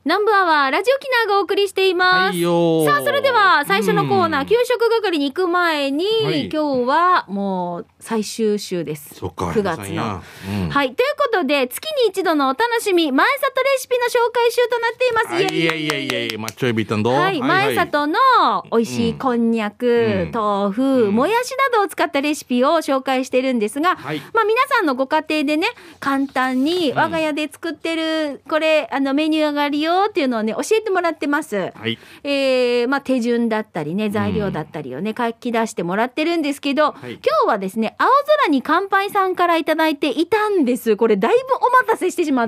南部アワーラジオキナーがお送りしています。 はいよ。 さあそれでは最初のコーナー、給食係に行く前に、今日はもう最終週です。 そっか、 9月の、はい、ということで月に一度のお楽しみ前里レシピの紹介週となっています。 いやマッチョエビタンド、 前里の美味しいこんにゃく、豆腐、もやしなどを使ったレシピを紹介してるんですが、皆さんのご家庭でね簡単に我が家で作ってるこれメニューがあるよっていうのをね教えてもらってます。手順だったりね材料だったりをね書き出してもらってるんですけど、今日はですね青空に乾杯さんからいただいていたんです。これだいぶお待たせしてしまって、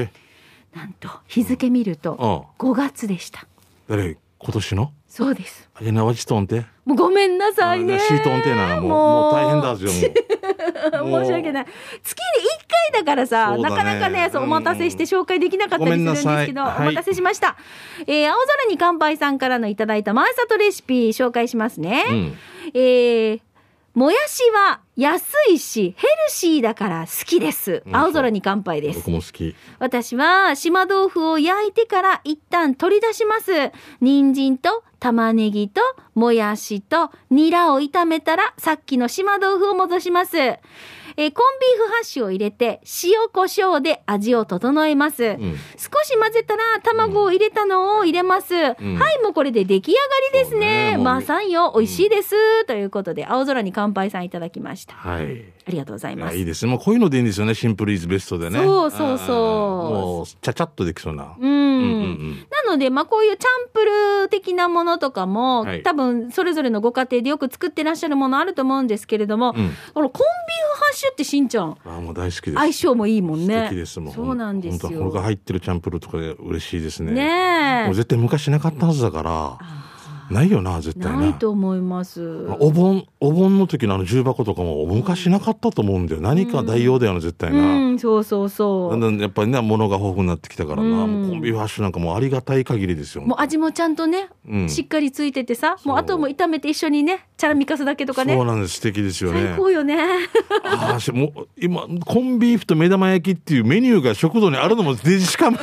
なんと日付見ると5月でした。 誰今年の？そうです。 もうごめんなさいね。 シートンテなもう大変だぞ。 申し訳ない。月に1回だからさ、なかなかね、お待たせして紹介できなかったりするんですけど、お待たせしました。青空に乾杯さんからのいただいた前里レシピ紹介しますね。もやしは安いしヘルシーだから好きです。青空に乾杯です。 僕も好き。 私は島豆腐を焼いてから一旦取り出します。人参と玉ねぎともやしとニラを炒めたらさっきの島豆腐を戻します。コンビーフハッシュを入れて塩コショウで味を整えます、少し混ぜたら卵を入れたのを入れます、はい、もうこれで出来上がりですね。まあさんよ美味しいです、ということで青空に乾杯さんいただきました。はい、ありがとうございます。 いいですね。もうこういうのでいいんですよね。シンプルイズベストでね。 そうもうちゃちゃっとできそうな。 なのでこういうチャンプルー的なものとかも、多分それぞれのご家庭でよく作ってらっしゃるものあると思うんですけれども、このコンビーフハッシュってしんちゃんもう大好きです。 相性もいいもんね。 素敵ですもん。 そうなんですよ。 これが入ってるチャンプルーとかで嬉しいですね。 ねえ。 もう絶対昔なかったはずだからないよな、絶対ないと思います。 お盆の時の重箱とかも昔なかったと思うんだよ。何か代用だよな、絶対な。 そうだんだんやっぱりね物が豊富になってきたからな、もうコンビーフハッシュなんかもうありがたい限りですよ。 もう味もちゃんとね、しっかりついててさ、もうあとも炒めて一緒にねチャラミカスだけとかね。 そうなんです。素敵ですよね。 最高よね。 もう今コンビーフと目玉焼きっていうメニューが食堂にあるのもデジしかも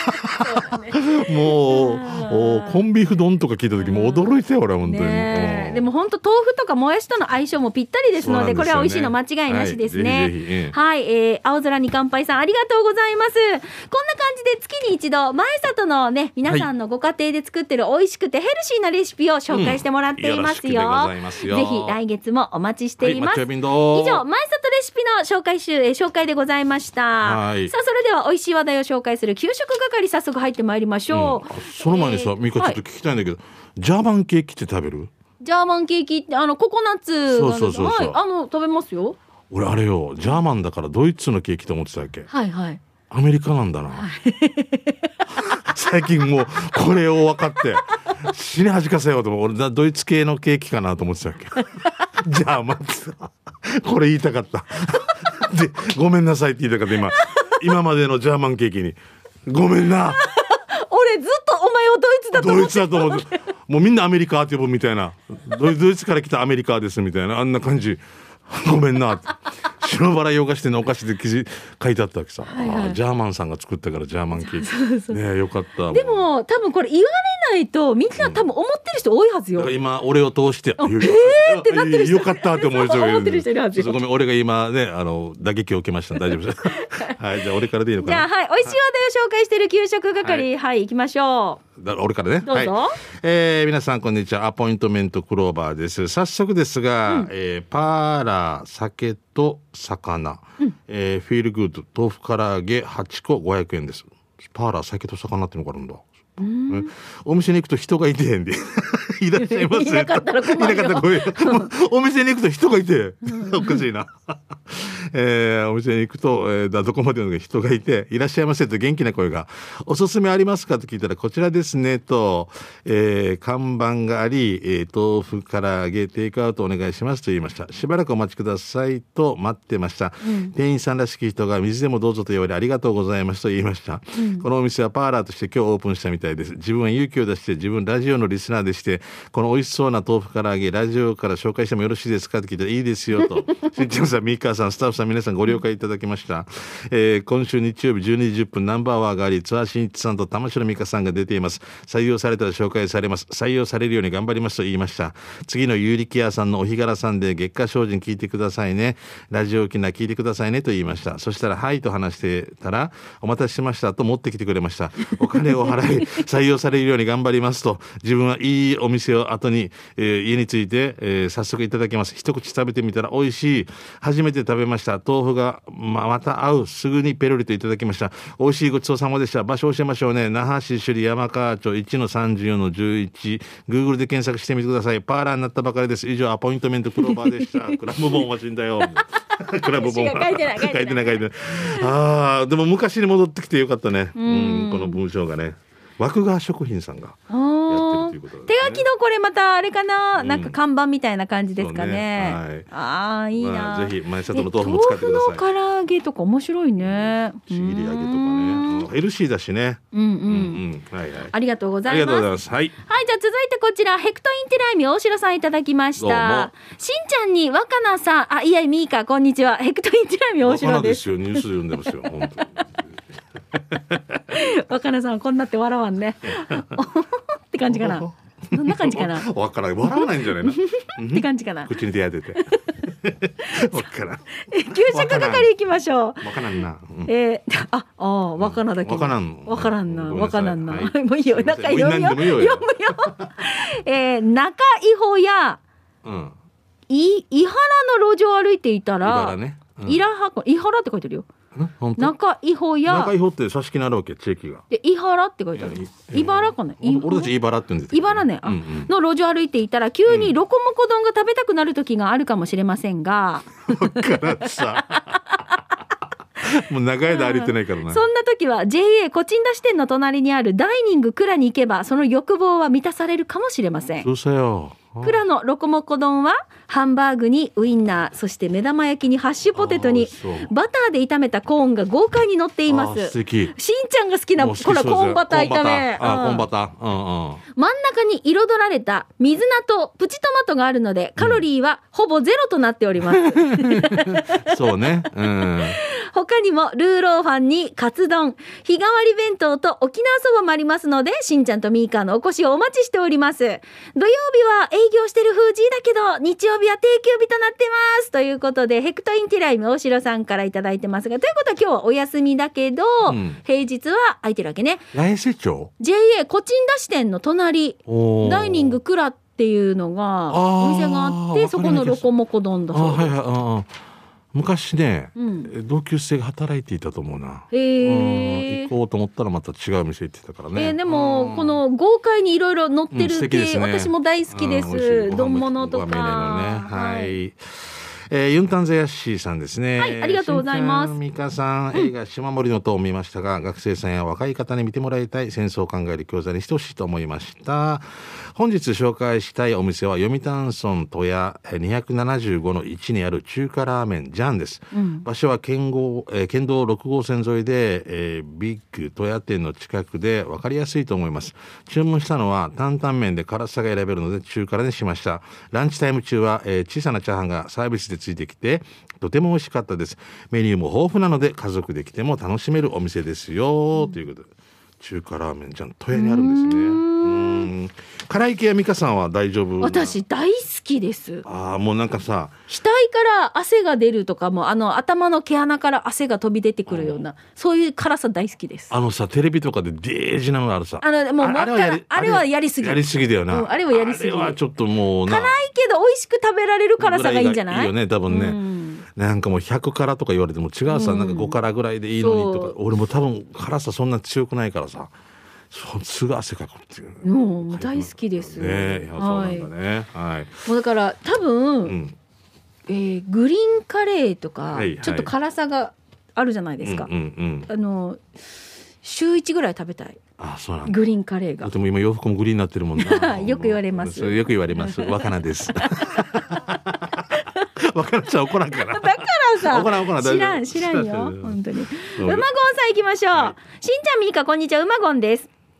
もうコンビーフ丼とか聞いた時もう驚いてよ俺は本当に。 でも本当豆腐とかもやしとの相性もぴったりですので、これは美味しいの間違いなしですね。はい、青空に乾杯さんありがとうございます。こんな感じで月に一度前里のね皆さんのご家庭で作ってる美味しくてヘルシーなレシピを紹介してもらっていますよ。ぜひ来月もお待ちしています。以上前里レシピの紹介でございました。さあそれでは美味しい話題を紹介する給食係早速入ってまいりましょう。 その前にさミカちょっと聞きたいんだけど、ジャーマンケーキって食べる？ ジャーマンケーキってココナッツそう食べますよ。 俺あれよジャーマンだからドイツのケーキと思ってたわけ。アメリカなんだな、最近もうこれを分かって死に恥かせようと思う。俺ドイツ系のケーキかなと思ってたわけ。ジャーマンってこれ言いたかったでごめんなさいって言いたかった今までのジャーマンケーキにごめんな。 俺ずっとお前をドイツだと思ってた。 ドイツだと思って、もうみんなアメリカって呼ぶみたいな、ドイツから来たアメリカですみたいな、あんな感じ。ごめんな。白バラ洋菓子店のお菓子で記事書いてあったわけさ、ジャーマンさんが作ったからジャーマンケーキね。よかった。 でも多分これ言われないとみんな多分思ってる人多いはずよ。 だから今俺を通してってなってる人よかったって思う人がいる。 思ってる人いるはずよ。 ごめん俺が今ね打撃を受けました。大丈夫です。はい、じゃあ俺からでいいのかな。 じゃあ美味しい話題を紹介している給食係行きましょう。 俺からね。 どうぞ。 皆さんこんにちは。アポイントメントクローバーです。早速ですが、パーラー酒と魚、フィールグッド豆腐唐揚げ8個500円です。パーラー酒と魚ってのがあるんだ。お店に行くと人がいてんでいらっしゃいます。 いなかったら困るよ。 いなかったらごめん。お店に行くと人がいておかしいな。お店に行くと、どこまでの人がいていらっしゃいませと元気な声がおすすめありますかと聞いたらこちらですねと、看板があり、豆腐唐揚げテイクアウトお願いしますと言いました。しばらくお待ちくださいと待ってました、店員さんらしき人が水でもどうぞと言われありがとうございますと言いました、このお店はパーラーとして今日オープンしたみたいたいです。自分は勇気を出して、自分ラジオのリスナーでして、この美味しそうな豆腐唐揚げラジオから紹介してもよろしいですかって聞いたら、いいですよとしんちゃんさん、みーかーさん、スタッフさん皆さんご了解いただきました。今週日曜日12時10分ナンバーワーがあり、ツアーしんいちさんと玉城美香さんが出ています。採用されたら紹介されます。採用されるように頑張りますと言いました。次の有力屋さんのお日柄さんで月下精進聞いてくださいね、ラジオ機能聞いてくださいねと言いました。そしたらはいと話してたら、お待たせしましたと持ってきてくれました。お金を払い採用されるように頑張りますと、自分はいいお店を後に、家に着いて、早速いただきます。一口食べてみたら美味しい。初めて食べました。豆腐が また合う。すぐにペロリといただきました。美味しいごちそうさまでした。場所教えましょうね。那覇市首里山川町 1-34-11 Google で検索してみてください。パーラーになったばかりです。以上アポイントメントクローバーでした。クラブボンは死んだよ。クラブボンは書いてないああ、でも昔に戻ってきてよかったね。この文章がね、枠川食品さんがやってるということで、ね、 手書きのこれまたあれかな、なんか看板みたいな感じですかね。はい、ああいいな、 ぜひ前里の豆腐も使ってください。 豆腐の唐揚げとか面白いね。 ちぎり揚げとかね、ヘルシーだしね。 ありがとうございます。はい、じゃあ続いてこちらヘクトインテライミ大城さんいただきました。しんちゃんに若菜さん、いやみーかこんにちは、ヘクトインテライミ大城です。 若菜ですよ、ニュース読んでますよ本当に。 若菜さんこんなって笑わんねって感じかな。どんな感じかな。 わからない、笑わないんじゃないのって感じかな。 口に手当てて。わからん。 給食係行きましょう。 わからんな。 わからんだけど。わからんな。わからんな。もういいよ。仲読むよ。読むよ。中井穂や伊原の路上を歩いていたら、伊原って書いてるよ。中井穂や中井穂って挿し木のあるわけ、地域が。 伊原って書いてある。茨かね。 俺たち茨って言うんです。 茨ね。の路上歩いていたら急にロコモコ丼が食べたくなる時があるかもしれませんが。 からさ。もう長い間歩いてないからな。 そんな時は JA コチンダ支店の隣にあるダイニング蔵に行けばその欲望は満たされるかもしれません。 そうさよ。 蔵のロコモコ丼はハンバーグにウインナー、そして目玉焼きにハッシュポテトにバターで炒めたコーンが豪快に乗っています。 素敵。 しんちゃんが好きなこれコーンバター炒め。 コーンバター。 真ん中に彩られた水菜とプチトマトがあるのでカロリーはほぼゼロとなっております。 そうね。 他にもルーローファンにカツ丼、日替わり弁当と沖縄そばもありますので、しんちゃんとみーかーのお越しをお待ちしております。土曜日は営業してる風じだけど日曜日は定休日となってますということで、ヘクトインティライム大城さんからいただいてますが、ということは今日はお休みだけど、平日は空いてるわけね。 八重瀬町 JA コチンダ支店の隣ダイニング蔵っていうのがお店があって、そこのロコモコ丼だそうです。 昔ね、同級生が働いていたと思うな。行こうと思ったらまた違う店行ってたからね。 でもこの豪快にいろいろ乗ってる系、私も大好きです。丼物とか。はい。 ユンタンザヤッシーさんですね。 はい、ありがとうございます。 ミカさん、映画島森の塔を見ましたが、学生さんや若い方に見てもらいたい戦争を考える教材にしてほしいと思いました。本日紹介したいお店は読谷村戸谷275の1にある中華ラーメンジャンです。場所は県道6号線沿いで、ビッグ戸谷店の近くで分かりやすいと思います。注文したのは担々麺で辛さが選べるので中辛にしました。ランチタイム中は、小さなチャーハンがサービスでついてきてとても美味しかったです。メニューも豊富なので家族で来ても楽しめるお店ですよ、ということで、中華ラーメンじゃん戸谷にあるんですね。辛い系は美香さんは大丈夫？ 私大好きです。 もうなんかさ、 額から汗が出るとかも、頭の毛穴から汗が飛び出てくるような、そういう辛さ大好きです。 テレビとかでデージなのあるさ、 もうあれはやりすぎ、 やりすぎだよな。 あれはやりすぎ。 あれはちょっともう辛いけど美味しく食べられる辛さがいいんじゃない？ いいよね多分ね。なんかもう100辛とか言われても違うさ、なんか5辛ぐらいでいいのにとか、俺も多分辛さそんな強くないからさ、すぐ汗かくっていう。 もう大好きです。 ね、そうなんだね。はい。 もうだから多分、グリーンカレーとか、ちょっと辛さがあるじゃないですか。週1ぐらい食べたい。 そうなんだ。 グリーンカレーが。 でも今洋服もグリーンになってるもんな。 よく言われます。 よく言われます。若菜です。若菜ちゃん怒らんから。 だからさ、 怒らん知らんよ本当に。馬ゴンさん行きましょう。しんちゃんみーかこんにちは、馬ゴンです。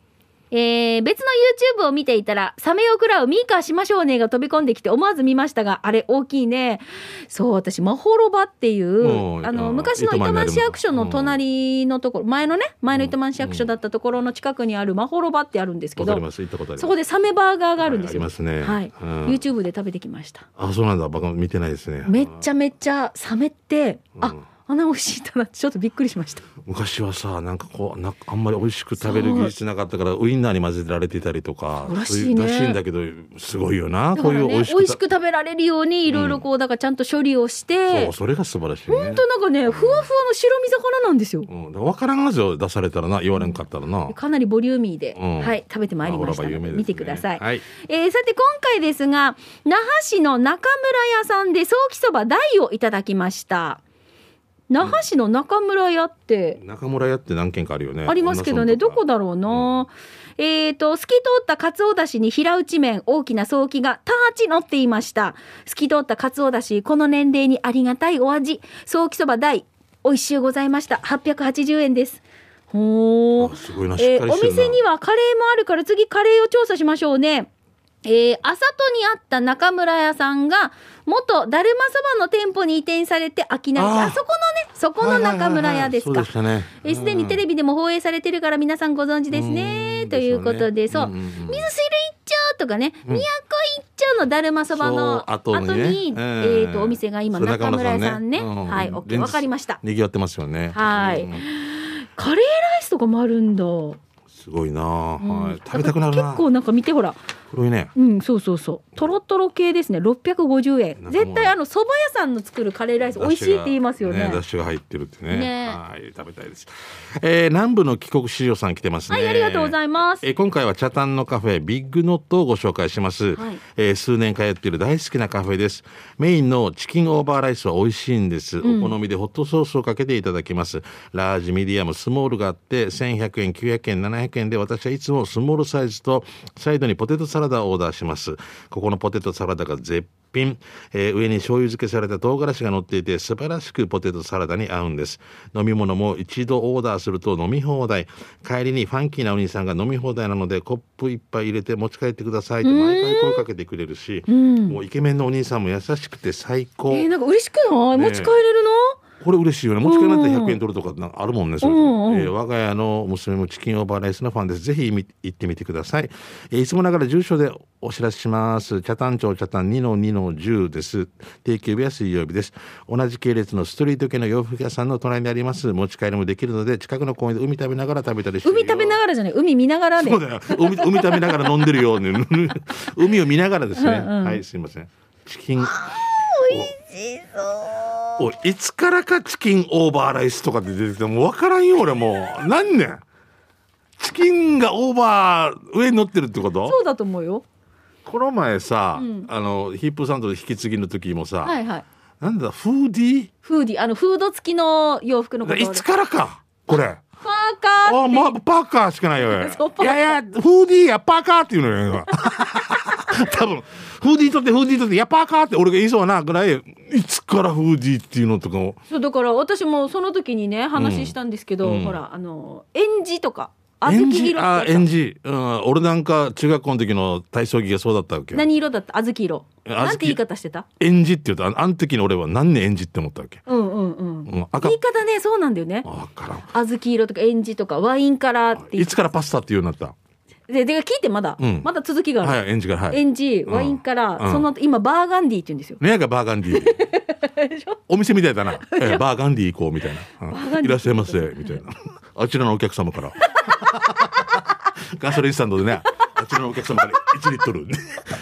別の YouTube を見ていたら、サメを食らうミーカーしましょうねが飛び込んできて思わず見ましたが、あれ大きいね。そう、私、まほろばっていう、昔の糸満市役所の隣のところ、前の糸満市役所だったところの近くにあるまほろばってあるんですけど、そこでサメバーガーがあるんですよ。 ありますね。 はい。YouTube で食べてきました。 あ、そうなんだ。僕見てないですね。 めっちゃサメって、あんな美味しいんだなってちょっとびっくりしました。 昔はさ、なんかこうあんまり美味しく食べる技術なかったからウインナーに混ぜられていたりとか、 らしいね、 らしいんだけど、すごいよな、 こういう美味しく食べられるようにいろいろこうだからちゃんと処理をして、 それが素晴らしいね。 本当なんかね、ふわふわの白身魚なんですよ。 分からんはずよ、出されたらな、言われんかったらな。 かなりボリューミーで、はい、食べてまいりましたので、見てください。はい、さて今回ですが、那覇市の中村屋さんでソーキそば大をいただきました。那覇市の中村屋って、 中村屋って何軒かあるよね。 ありますけどね、どこだろうな。透き通ったかつおだしに平打ち麺、大きなソーキがターチ乗っていました。透き通ったかつおだし、この年齢にありがたいお味。ソーキそば大、美味しゅうございました。880円です。ほー。 すごいな、しっかりしてるな。 お店にはカレーもあるから次カレーを調査しましょうね。あさとにあった中村屋さんが元だるまそばの店舗に移転されて秋成市、そこの中村屋ですか。すでにテレビでも放映されてるから皆さんご存知ですね。ということで、そう、水汁一丁とかね、都一丁のだるまそばの後に、お店が今中村屋さんね。はい、OK、わかりました。 賑わってますよね。 はい。カレーライスとかもあるんだ。 すごいな、はい、食べたくなるな。 結構なんか見てほら、 黒いね。 そうトロトロ系ですね。650円。絶対蕎麦屋さんの作るカレーライス美味しいって言いますよね。 だしが入ってるってね。はい、食べたいです。南部の帰国子女さん来てますね。 はい、ありがとうございます。 今回は北谷のカフェビッグノットをご紹介します。数年通っている大好きなカフェです。メインのチキンオーバーライスは美味しいんです。お好みでホットソースをかけていただきます。ラージ、ミディアム、スモールがあって1100円、900円、700円で、私はいつもスモールサイズとサイドにポテトサラダをオーダーします。ここのポテトサラダが絶品、上に醤油漬けされた唐辛子が乗っていて素晴らしくポテトサラダに合うんです。飲み物も一度オーダーすると飲み放題。帰りにファンキーなお兄さんが飲み放題なのでコップ一杯入れて持ち帰ってくださいと毎回声かけてくれるし、もうイケメンのお兄さんも優しくて最高。 なんか嬉しくない？持ち帰れるの？ これ嬉しいよね。持ち帰られて100円取るとかなんかあるもんね。それ我が家の娘もチキンオーバーライスのファンです。ぜひ行ってみてください。いつもながら住所でお知らせします。北谷町北谷 2-2-10 です。定休日は水曜日です。同じ系列のストリート系の洋服屋さんの隣にあります。持ち帰りもできるので近くの公園で海食べながら食べたりして。 海食べながらじゃない、海見ながらで。 そうだよ。海食べながら飲んでるよ、ね、海を見ながらですね。はい、すいません。チキン美味しそう。いつからかチキンオーバーライスとかって出てきても分からんよ俺もう。何年チキンがオーバー上に乗ってるってこと？ そうだと思うよ。 この前さ、ヒップサンドの引き継ぎの時もさ、なんだフーディーフード付きの洋服のこと。 いつからかこれパーカーパーカーしかないよ。いやフーディーやパーカーっていうのよ多分フーディー取ってやパーカーって俺が言いそうなぐらい、いつからフーディーっていうのとかも。 そうだから私もその時にね話したんですけど、ほらエンジとか小豆色とか。 エンジ、俺なんか中学校の時の体操着がそうだったわけよ。 何色だった？小豆色。なんて言い方してた？ エンジって言うとあの時の俺は何年エンジって思ったわけ。 言い方ね、そうなんだよね。 分からん。 小豆色とかエンジとかワインカラーっていつからパスタっていうようになった？ で聞いてまだ続きがある。 エンジから、 エンジワインカラー、その今バーガンディって言うんですよ。 ねえがバーガンディお店みたいだな。バーガンディ行こうみたいな。いらっしゃいませみたいな。あちらのお客様からガソリンスタンドでね、あちらのお客様から1リットル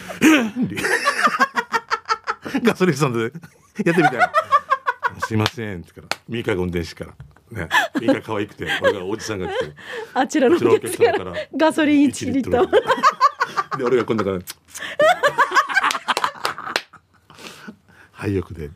ガソリンスタンドでやってみたいな。すいませんってからミカが運転手からね、ミカ可愛くて俺がおじさんが来てあちらのお客様からガソリン1リットルで俺が今度からはいよくで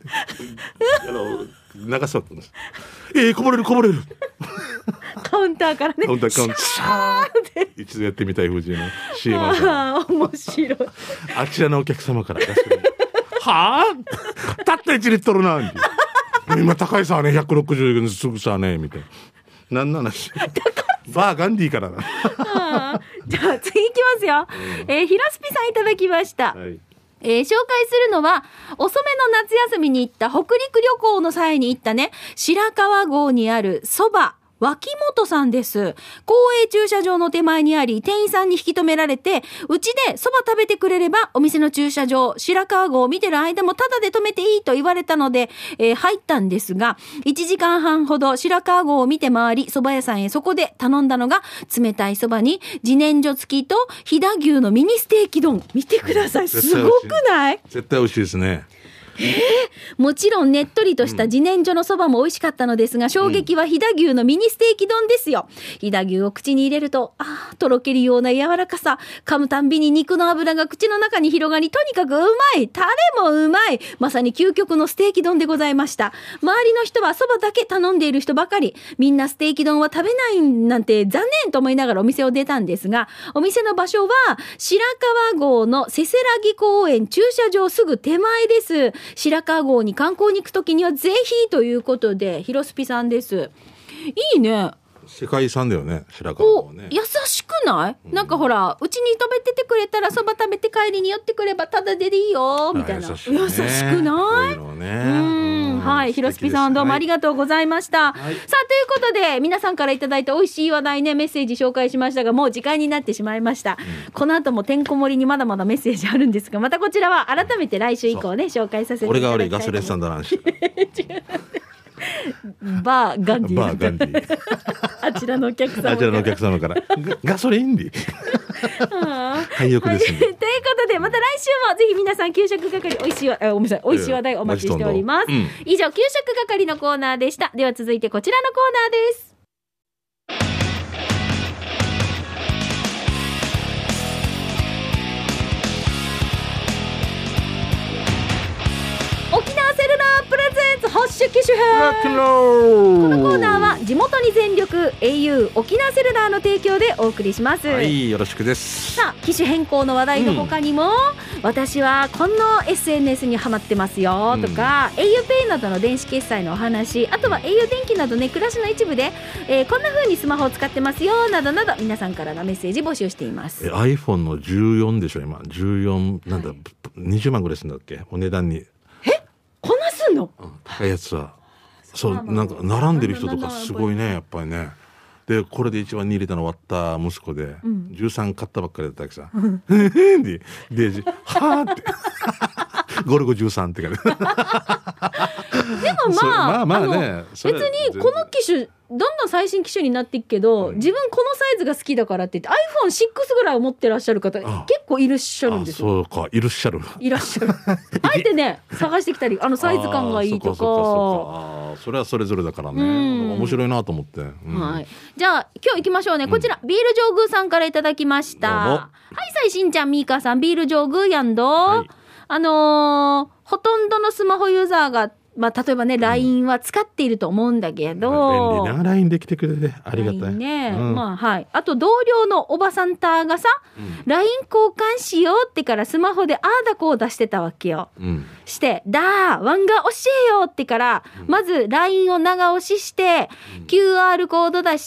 流すわけです。こぼれるカウンターからね。 カウンター一度やってみたい藤井の CM。 面白い。 あちらのお客様からはあたった1リットルなん今高いさね160円すぐさねみたいな。何の話？ だからバーガンディーからなじゃあ次いきますよ、ひろすぴさんいただきました、はい。紹介するのは遅めの夏休みに行った北陸旅行の際に行ったね、白川郷にあるそば脇本さんです。公営駐車場の手前にあり、店員さんに引き止められて、うちでそば食べてくれればお店の駐車場白川郷を見てる間もタダで止めていいと言われたので、入ったんですが、1時間半ほど白川郷を見て回り、そば屋さんへそこで頼んだのが冷たいそばに自然薯付きと飛騨牛のミニステーキ丼。見てください、すごくない？ 絶対美味しいですね。 もちろんねっとりとした自然薯のそばも美味しかったのですが、衝撃は飛騨牛のミニステーキ丼ですよ。飛騨牛を口に入れるととろけるような柔らかさ、噛むたんびに肉の脂が口の中に広がり、とにかくうまい、タレもうまい、まさに究極のステーキ丼でございました。周りの人はそばだけ頼んでいる人ばかり、みんなステーキ丼は食べないなんて残念と思いながらお店を出たんですが、お店の場所は白川郷のせせらぎ公園駐車場すぐ手前です。白川郷に観光に行くときにはぜひということで、ひろすぴさんです。いいね。 世界遺産だよね、白川郷ね。 優しくない？なんかほら、うちに止めててくれたらそば食べて帰りに寄ってくればタダでいいよみたいな。優しくない？はい、ひろすぴさんどうもありがとうございました、はい。さあということで皆さんからいただいた美味しい話題ね、メッセージ紹介しましたが、もう時間になってしまいました、この後もてんこ盛りにまだまだメッセージあるんですが、またこちらは改めて来週以降ね紹介させていただきたいと思います。俺が悪い、ガスレッサンだなバーガンディあちらのお客様からガソリンディはい、よくですね。 ということでまた来週もぜひ皆さん給食係美味しい話題お待ちしております、以上給食係のコーナーでした。では続いてこちらのコーナーです。沖縄セルラープレゼンツ発射機種編。このコーナーは地元に全力 au 沖縄セルラーの提供でお送りします。 はい、よろしくです。 さあ機種変更の話題の他にも、私はこの SNS にハマってますよとか、auPay などの電子決済のお話、あとは au 電気などね、暮らしの一部で、こんな風にスマホを使ってますよなどなど、皆さんからのメッセージ募集しています。 iPhone の14でしょ今。14なんだ、はい、20万ぐらいするんだっけ、お値段に。 こんなすんの？ 高いやつはそうなんか並んでる人とかすごいね、やっぱりね。でこれで一番に入れたの割った息子で、13買ったばっかりだったわけさ、ではーってゴルゴ13って感じでもまあね、別にこの機種どんどん最新機種になっていくけど、自分このサイズが好きだからって言って iPhone6 ぐらいを持ってらっしゃる方結構いらっしゃるんですよ。 そうか、いらっしゃるあえてね探してきたり、サイズ感がいいとか。 それはそれぞれだからね、面白いなと思って、 はい、じゃあ今日行きましょうね。こちら、ビール上宮さんからいただきました。はい、さいしんちゃんみーかさん、ビール上宮やんど、はい、ほとんどのスマホユーザーが例えばね LINE は使っていると思うんだけど、 便利な LINE できてくれてありがたいね、はい。あと同僚のおばさんたがさ、LINE 交換しようってからスマホであーだこう出してたわけよ、してだーワンが教えようってから、まず LINE を長押しして、QR コード出して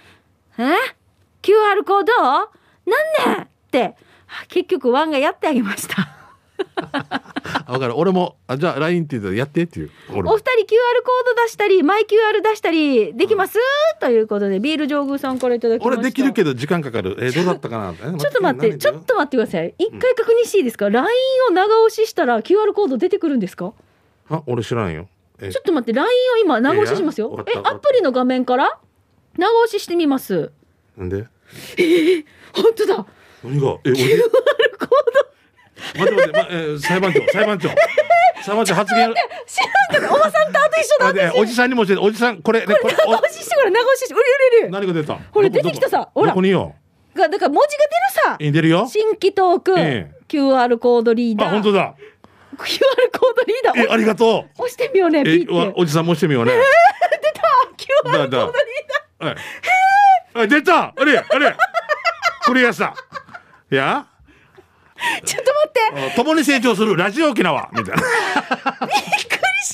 、QR コードなんねんって結局ワンがやってあげました分かる。俺もじゃあ LINE って言ったらやってっていう。 お二人 QR コード出したりマイ QR 出したりできます、ということでビール上宮さんからいただきました。 俺できるけど時間かかる。どうだったかなちょっと待ってください。一回確認していいですか、LINE を長押ししたら QR コード出てくるんですか？ 俺知らんよ。 ちょっと待って、 LINE を今長押ししますよ。アプリの画面から長押ししてみます。 なんで？ 本当だ。 何が？ QR コード待って裁判長発言。 知らんけどおばさんとあと一緒なんですよ。 おじさんにも教えて。おじさんこれ長押ししてから長押しして何が出た？ これ出てきたさ。ほらどこによ。 だから文字が出るさ。 出るよ。 新規トーク、QR コードリーダー。 本当だ。 QR コードリーダー。 ありがとう。 押してみようね。 おじさんも押してみようね。 出た。QR コードリーダー。 出た。あれクリアした。いや。 ちょっと待って。 共に成長するラジオ沖縄みたいな。びっくりした。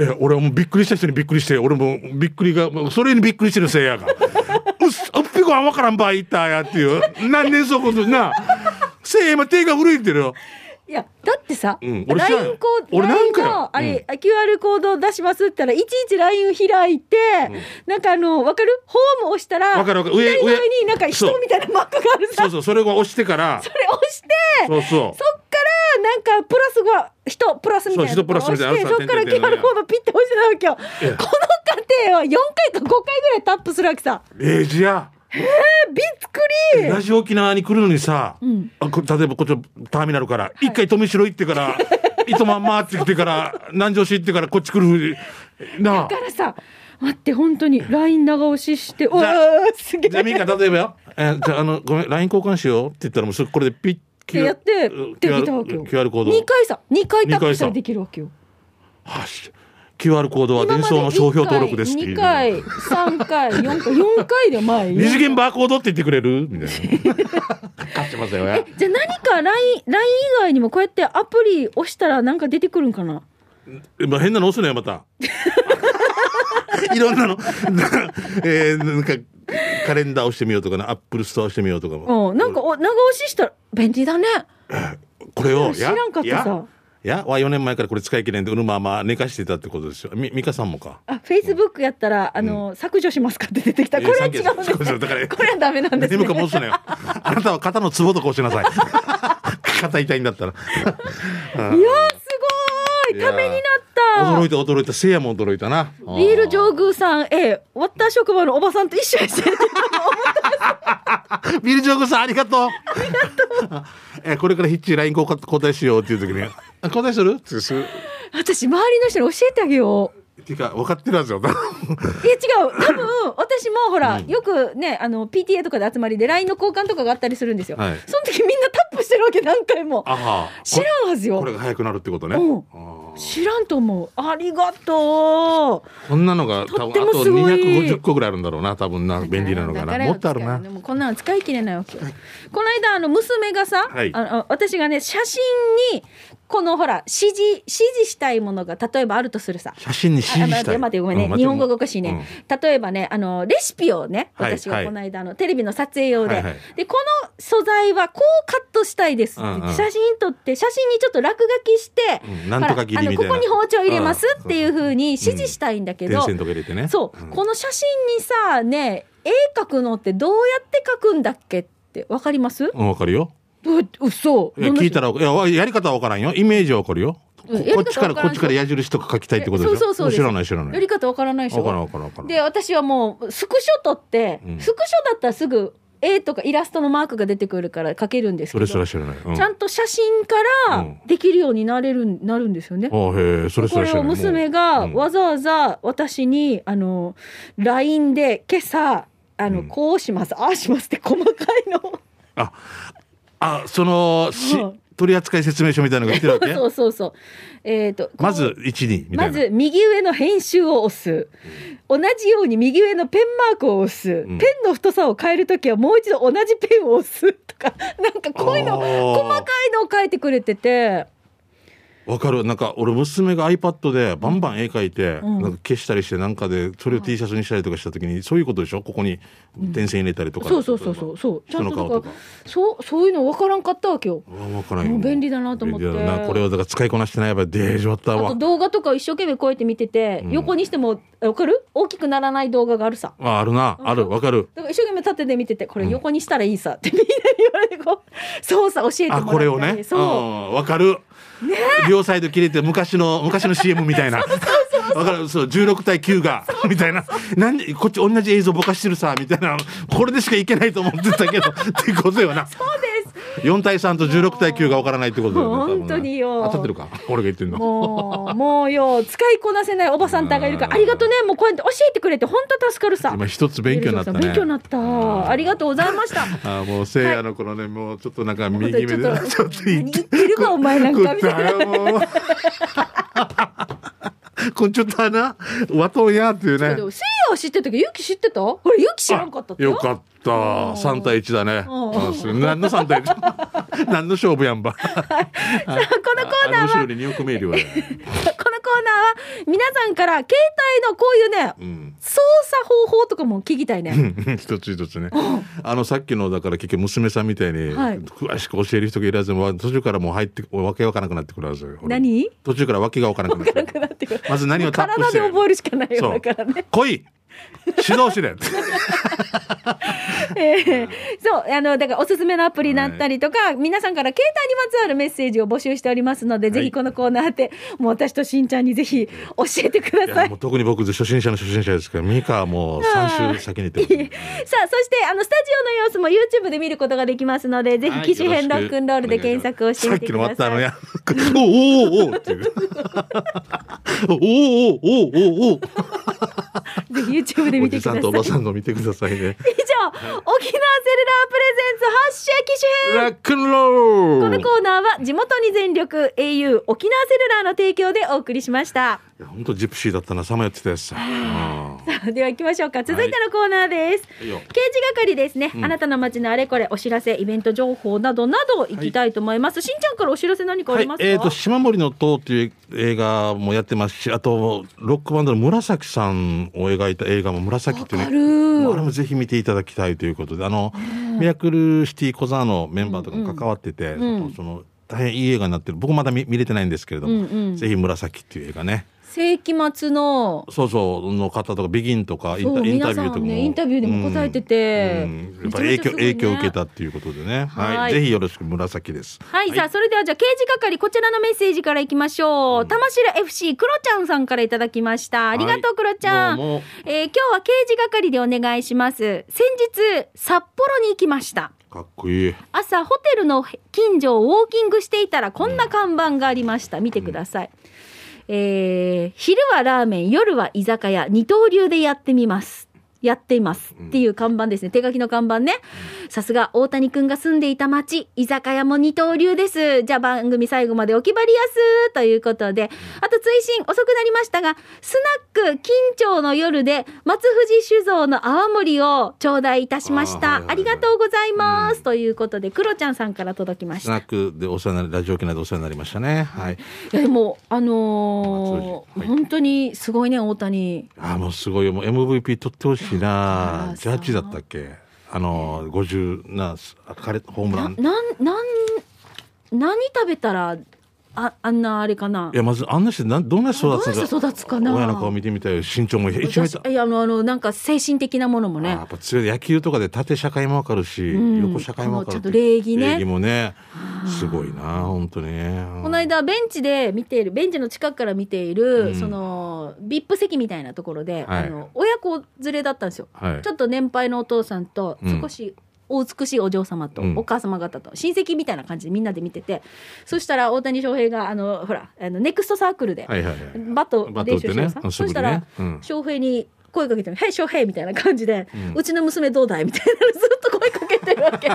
俺もびっくりした人にびっくりして、俺もびっくりがそれにびっくりしてるせいやが。うっぴごはんわからん場合いったやっていう何年そことなせいま手が震えてるよ。 いやだってさ、 俺 LINE コード、 俺なんかよ、 あれ、QR コード出しますって言ったらいちいち LINE 開いて、なんかわかる？ホーム押したら左の上になんか人みたいなマークがあるさ。 それを押してからそれ押してそっからなんかプラスが人プラスみたいなのを押して、そっから QR コードピッて押してたわけよ。この過程は4回か5回ぐらいタップするわけさ。 じゃびっくり。 ラジオ沖縄に来るのにさ、例えばこっちのターミナルから一回富城行ってから糸満回ってきてから南城市行ってからこっち来るなあ。 だからさ待って本当に LINE 長押ししておすげえ。 じゃあミカ例えばよ、じゃあごめん LINE 交換しようって言ったらもうこれでピッってやってできたわけよ。 QR コード 2回タップしたらできるわけよ。 QR コードは伝送の商標登録ですって 2回3回4回で前二次元バーコードって言ってくれるみたいな買ってますよ。 じゃあ何か LINE 以外にもこうやってアプリ押したらなんか出てくるんかな。 変なの押すのよまたいろんなのなんかカレンダー押してみようとかな、アップルストア押してみようとかもなんか長押ししたら便利だね。 これを知らんかったさ。 4年前からこれ使い切れんでうぬまま寝かしてたってことですよ。ミカさんもか。 Facebook やったら削除しますかって出てきた。これは違うんですね。これはダメなんですね。 眠かもすのよ。あなたは肩のツボとか押しなさい。肩痛いんだったら。いやすごいためになった。 驚いた。せいやも驚いたな。 ビール上宮さん、終わった職場のおばさんと一緒にしてるビール上宮さんありがとう。これからヒッチ LINE 交代しようっていう時に交代するって私周りの人に教えてあげよう。 てか分かってるはずよ。いや違う、 多分私もほら、よくねPTA とかで集まりで LINE の交換とかがあったりするんですよ、その時みんなタップしてるわけ何回も。知らんはずよ。 これが早くなるってことね、 知らんと思う。ありがとう。 こんなのが多分あと250個ぐらいあるんだろうな多分な。便利なのがなもっとあるな。 でもこんなの使い切れないわけ。この間娘がさ、私がね写真にこのほら指示したいものが例えばあるとするさ。 写真に指示したい。 待ってごめんね、日本語がおかしいね、例えばねレシピをね私がこの間テレビの撮影用で、でこの素材はこうカットしたいですって、写真撮って写真にちょっと落書きして、 なんとか切りみたいなここに包丁入れますっていう風に指示したいんだけど、そう、この写真にさね絵描くのってどうやって描くんだっけってわかります？ わかるよ。 嘘。 聞いたらやり方はわからんよ。イメージはわかるよ。こっちから矢印とか書きたいってことでしょ。 そう知らない。 やり方わからないでしょ。 わからん。 で私はもうスクショ撮って、スクショだったらすぐ絵とかイラストのマークが出てくるから書けるんですけど、 それ知らない、 ちゃんと写真からできるようになるんですよね。これを娘がわざわざ私にLINE で今朝こうしますああしますって細かいのその取扱説明書みたいなのが来てるわけ。 そうまず12みたいな。 まず右上の編集を押す、同じように右上のペンマークを押す、ペンの太さを変えるときはもう一度同じペンを押すとか、なんかこういうの細かいのを書いてくれてて。 わかる。なんか俺娘が iPad でバンバン絵描いて、なんか消したりしてなんかでそれを T シャツにしたりとかした時にそういうことでしょ。ここに点線入れたりとか、 そうちゃんととかそういうの分からんかったわけよ。 分からんよ。 もう便利だなと思って。 これをだから使いこなしてないばデージわったわ。 あと動画とか一生懸命こうやって見てて、横にしても分かる大きくならない動画があるさ。 あるな、ある分かる。 だから一生懸命縦で見ててこれ横にしたらいいさってみんなに言われてこう操作教えてもらったり。 これをね。分かる。両サイド切れて昔の CM みたいな。わかる。そう16対9がみたいな。なんでこっち同じ映像ぼかしてるさみたいな。これでしかいけないと思ってたけどってことよな。 そうです。 4対3と16対9がわからないってことだよね。 本当によ。 当たってるか。俺が言ってるの。 もうよ使いこなせないおばさんたがいるからありがとね。もうこうやって教えてくれて本当助かるさ。 今一つ勉強になったね。 勉強になった。ありがとうございました。 もうせいやの頃ね、もうちょっとなんか右目でちょっと言ってるかお前なんかみたいな。 こんちょっとなわとんやっていうね。 せいやは知ってたけどゆき知ってた？これゆき知らんかったってよ。 よかった。3対1だね。何の3対1？何の勝負やんば。 このコーナーは 2億名量。 このコーナーは皆さんから携帯のこういうね、 操作方法とかも聞きたいね。 一つ一つね。さっきのだから結局娘さんみたいに詳しく教える人がいらず、途中からもう入ってわけわからなくなってくるはず。 何？ 途中からわけがわからなくなってくる。まず何をタップして。 体で覚えるしかないよだからね。 来い。指導しれ。 そうだからおすすめのアプリだったりとか、皆さんから携帯にまつわるメッセージを募集しておりますので、ぜひこのコーナーでもう私としんちゃんにぜひ教えてください。 もう特に僕初心者の初心者ですから、ミカはもう3週先に行ってます。 さあ、そしてスタジオの様子も YouTube で見ることができますので、ぜひ機種編ロックンロールで検索をしてみてください。 さっきの終わったのやおーっていうおぜひ YouTube で見てください。 おじさんとおばさんの見てくださいね。 以上、沖縄セルラープレゼンツ発射機種編ロックンロール。 このコーナーは地元に全力 au 沖縄セルラーの提供でお送りしました。 本当ジプシーだったな、さまよってたやつさ。 では行きましょうか。続いてのコーナーです。刑事係ですね、あなたの街のあれこれお知らせイベント情報などなど行きたいと思います。しんちゃんからお知らせ何かありますか？ 島森の塔という映画もやってますし、あとロックバンドの紫さんを描いた映画も紫っていうね、あれもぜひ見ていただきたいということで、ミラクルシティコザのメンバーとかも関わってて、その大変いい映画になってる。僕まだ 見れてないんですけれども、ぜひ紫っていう映画ね、 世紀末のの方とかビギンとかインタビューとかも、 インタビューでも答えてて、 やっぱり影響を受けたっていうことでね、ぜひよろしく。紫です。 はい、さあそれではじゃあ刑事係こちらのメッセージからいきましょう。玉城 FC クロちゃんさんからいただきました。ありがとうクロちゃん。今日は刑事係でお願いします。先日札幌に行きました。 かっこいい。 朝ホテルの近所をウォーキングしていたらこんな看板がありました。見てください。昼はラーメン、夜は居酒屋、二刀流でやっていますっていう看板ですね。手書きの看板ね。さすが大谷くんが住んでいた町、居酒屋も二刀流です。じゃあ番組最後までお決まりやすということで、あと追伸遅くなりましたが、スナック金町の夜で松藤酒造の泡盛を頂戴いたしました。ありがとうございます、ということでクロちゃんさんから届きました。 スナックでお世話になり、ラジオ沖縄でお世話になりましたね。はい。いやでも本当にすごいね、大谷。 もうすごいよ。もう MVP 取ってほしいな。ジャッジだったっけ、50なホームラン。 何食べたらあんなあれかな。 いやまずあんな人どんな人育つかな。 親の顔見てみたい。身長も1メートル。 いやなんか精神的なものもね。 やっぱ強い。野球とかで縦社会もわかるし、横社会もわかる。 ちょっと礼儀もね、すごいな本当にね。 この間ベンチの近くから見ている、そのビップ席みたいなところで、親子連れだったんですよ。ちょっと年配のお父さんと少しお美しいお嬢様とお母様方と親戚みたいな感じでみんなで見てて、そしたら大谷翔平がほらネクストサークルでバット練習してるさ、そしたら翔平に声かけて「はい翔平」みたいな感じで「うちの娘どうだい?」みたいなのずっと声かけてるわけ。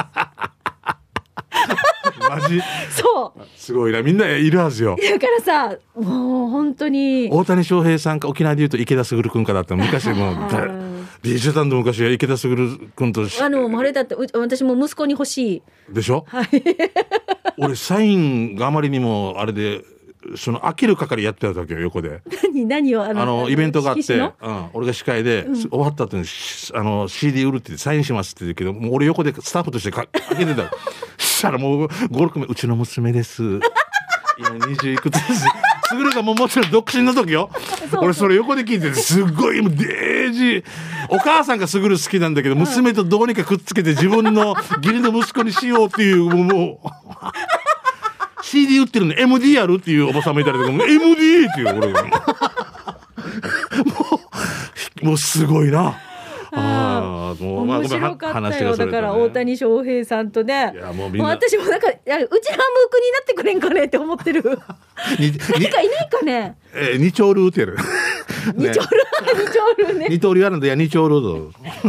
マジそうすごいな。みんないるはずよ。 だからさ、もう本当に大谷翔平さんか沖縄でいうと池田卓君かだった昔もうビジュタンド昔は池田卓君とあれだって私も息子に欲しいでしょ、 はい、 俺サインがあまりにもあれでその飽きる係やってたわけよ横で。 何をイベントがあって、俺が司会で、終わった後にCD 売るってサインしますって言うけど、もう俺横でスタッフとして開けてた。したらもう5、6名うちの娘です。今20いくつです。すぐるがもちろん独身の時よ。俺それ横で聞いててすっごいもうデージ。お母さんがすぐる好きなんだけど、娘とどうにかくっつけて自分の義理の息子にしようっていうもう。CD 売ってるの MD あるっていうおばさんもいたりとか MD っていう俺がもうすごいな。 もう面白かったよ。だから大谷翔平さんとね、もう私もなんかうちハムクになってくれんかねって思ってる。誰かいないかね。 二丁ルーってやる。 二丁ルーね。 二刀流あるんだよ。二丁ルー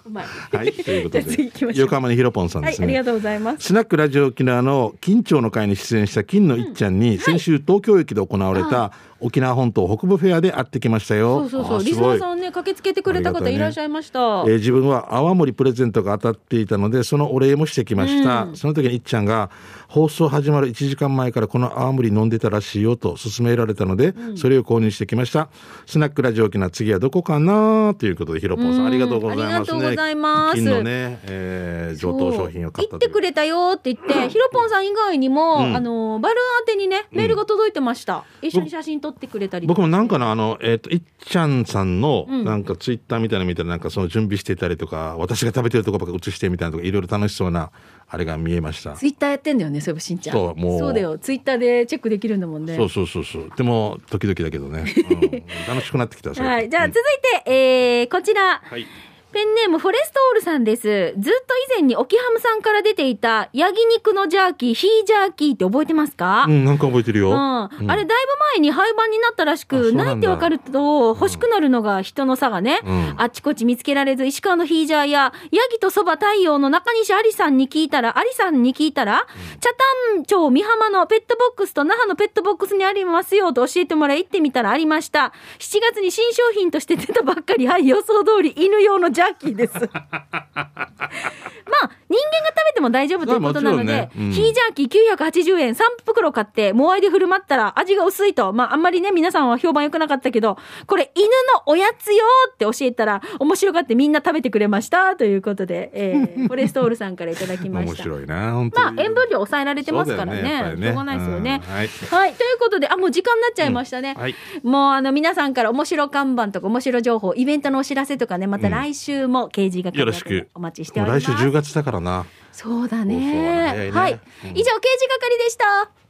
はい、ということで横浜にひろぽんさんですね、 はい、ありがとうございます。 スナックラジオ沖縄の金町の会に出演した金のいっちゃんに、先週東京駅で行われた沖縄本島北部フェアで会ってきましたよ。 そうリスナーさんね、駆けつけてくれた方いらっしゃいました、 自分は泡盛プレゼントが当たっていたのでそのお礼もしてきました、その時にいっちゃんが放送始まる1時間前からこの泡盛飲んでたらしいよと勧められたので、それを購入してきました。スナックラジオ沖縄、次はどこかなということでひろぽんさん、ありがとうございますね。 ありがとうございます。 金のね、上等商品を買った言ってくれたよって言ってひろぽんさん以外にも、バルーン宛てにねメールが届いてました、一緒に写真撮ってくれたりとか。 僕もなんかいっちゃんさんのなんかツイッターみたいなの見たら、なんかその準備してたりとか、私が食べてるとこばっか映してみたいなとか、いろいろ楽しそうなあれが見えました。 ツイッターやってんだよね、そういえばしんちゃん。そうだよ、ツイッターでチェックできるんだもんね。 そうでも時々だけどね、楽しくなってきた。 はい、じゃあ続いて、こちら、はい、ペンネームフォレストオールさんです。ずっと以前にオキハムさんから出ていたヤギ肉のジャーキー、ヒージャーキーって覚えてますか？ なんか覚えてるよ、 あれだいぶ前に廃盤になったらしく、ないってわかると欲しくなるのが人の差がね、あっちこっち見つけられず、石川のヒージャーやヤギとそば太陽の中西ありさんに聞いたら、茶炭町美浜のペットボックスと那覇のペットボックスにありますよと教えてもらい、行ってみたらありました。7月に新商品として出たばっかり、はい、予想通り犬用のジャーキーですまあ人間が食べても大丈夫ということなので、ヒージャーキー980円3袋買ってモアイで振る舞ったら味が薄いと、あんまりね皆さんは評判良くなかったけど、これ犬のおやつよって教えたら面白がってみんな食べてくれましたということで、フォレストオールさんからいただきました。 面白いな本当に。 塩分量抑えられてますからね、しょうがないですよね。はい、ということでもう時間になっちゃいましたね、もう皆さんから面白看板とか面白情報、イベントのお知らせとかね、また来週も刑事係でお待ちしております。 来週10月だからな。 そうだね。はい、以上刑事係でした。